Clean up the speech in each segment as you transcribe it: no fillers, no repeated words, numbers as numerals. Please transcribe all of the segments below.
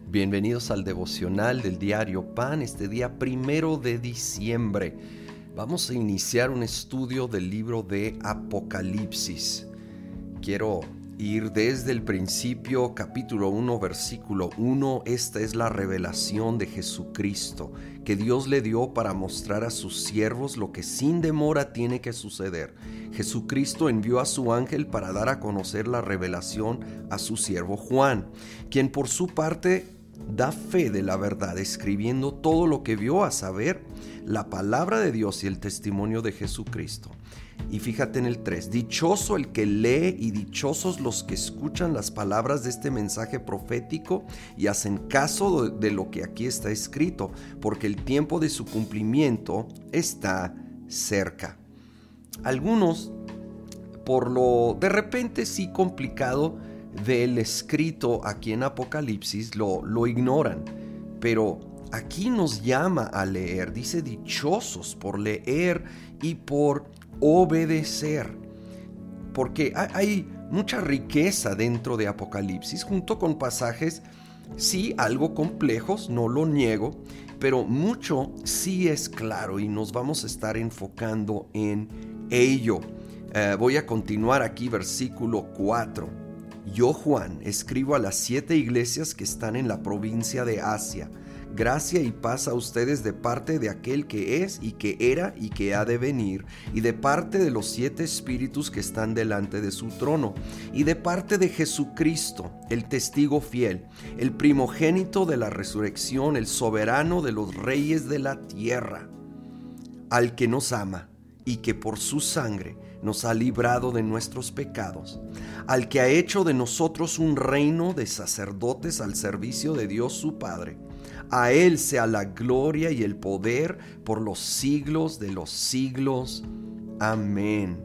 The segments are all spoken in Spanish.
Bienvenidos al devocional del diario Pan, este día 1 de diciembre. Vamos a iniciar un estudio del libro de Apocalipsis. Quiero ir desde el principio, capítulo 1, versículo 1. Esta es la revelación de Jesucristo, que Dios le dio para mostrar a sus siervos lo que sin demora tiene que suceder. Jesucristo envió a su ángel para dar a conocer la revelación a su siervo Juan, quien por su parte da fe de la verdad, escribiendo todo lo que vio, a saber, la palabra de Dios y el testimonio de Jesucristo. Y fíjate en el 3, dichoso el que lee y dichosos los que escuchan las palabras de este mensaje profético y hacen caso de lo que aquí está escrito, porque el tiempo de su cumplimiento está cerca. Algunos, por lo de repente sí complicado del escrito aquí en Apocalipsis, lo ignoran, pero aquí nos llama a leer. Dice dichosos por leer y por obedecer, porque hay mucha riqueza dentro de Apocalipsis, junto con pasajes sí algo complejos, no lo niego, pero mucho sí es claro y nos vamos a estar enfocando en ello. Voy a continuar aquí, versículo 4. Yo, Juan, escribo a las 7 iglesias que están en la provincia de Asia. Gracia y paz a ustedes de parte de aquel que es y que era y que ha de venir, y de parte de los 7 espíritus que están delante de su trono, y de parte de Jesucristo, el testigo fiel, el primogénito de la resurrección, el soberano de los reyes de la tierra, al que nos ama y que por su sangre nos ha librado de nuestros pecados, al que ha hecho de nosotros un reino de sacerdotes al servicio de Dios su Padre. A Él sea la gloria y el poder por los siglos de los siglos. Amén.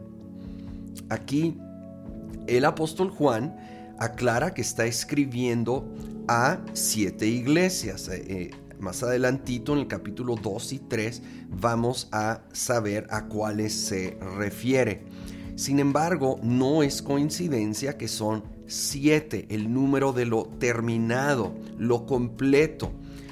Aquí el apóstol Juan aclara que está escribiendo a 7 iglesias. Más adelantito, en el capítulo 2 y 3, vamos a saber a cuáles se refiere. Sin embargo, no es coincidencia que son 7, el número de lo terminado, lo completo.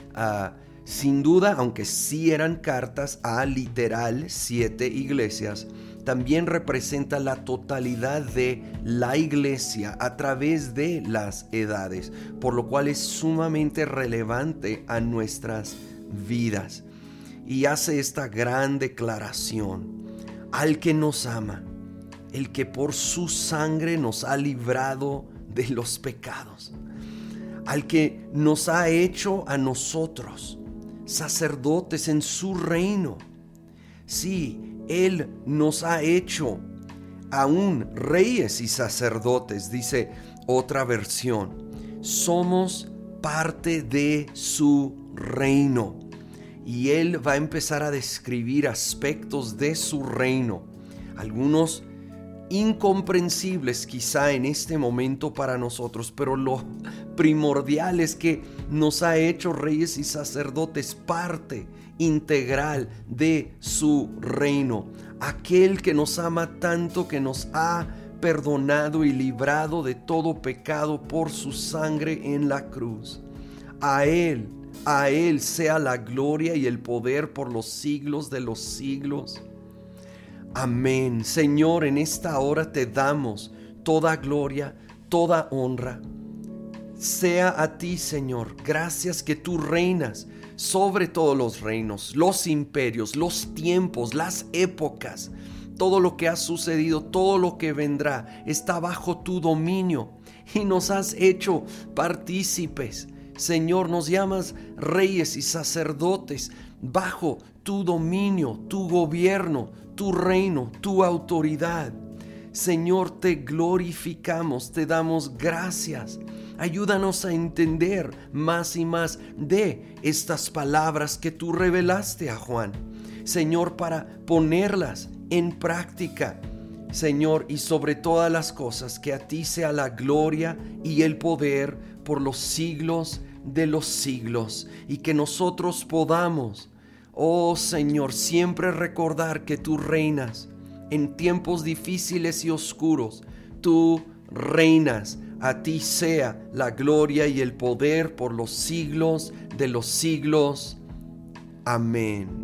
Sin duda, aunque sí eran cartas a literal 7 iglesias, también representa la totalidad de la iglesia a través de las edades, por lo cual es sumamente relevante a nuestras vidas. Y hace esta gran declaración: al que nos ama, el que por su sangre nos ha librado de los pecados, al que nos ha hecho a nosotros sacerdotes en su reino. Sí, Él nos ha hecho aún reyes y sacerdotes, dice otra versión. Somos parte de su reino. Y Él va a empezar a describir aspectos de su reino, algunos incomprensibles quizá en este momento para nosotros, pero lo primordial es que nos ha hecho reyes y sacerdotes, parte integral de su reino. Aquel que nos ama tanto, que nos ha perdonado y librado de todo pecado por su sangre en la cruz. A Él sea la gloria y el poder por los siglos de los siglos. Amén. Señor, en esta hora te damos toda gloria, toda honra. Sea a ti, Señor. Gracias que tú reinas sobre todos los reinos, los imperios, los tiempos, las épocas. Todo lo que ha sucedido, todo lo que vendrá, está bajo tu dominio y nos has hecho partícipes. Señor, nos llamas reyes y sacerdotes bajo tu dominio, tu gobierno, tu reino, tu autoridad. Señor, te glorificamos, te damos gracias. Ayúdanos a entender más y más de estas palabras que tú revelaste a Juan, Señor, para ponerlas en práctica. Señor, y sobre todas las cosas, que a ti sea la gloria y el poder por los siglos de los siglos, y que nosotros podamos, oh Señor, siempre recordar que tú reinas en tiempos difíciles y oscuros. Tú reinas A ti sea la gloria y el poder por los siglos de los siglos. Amén.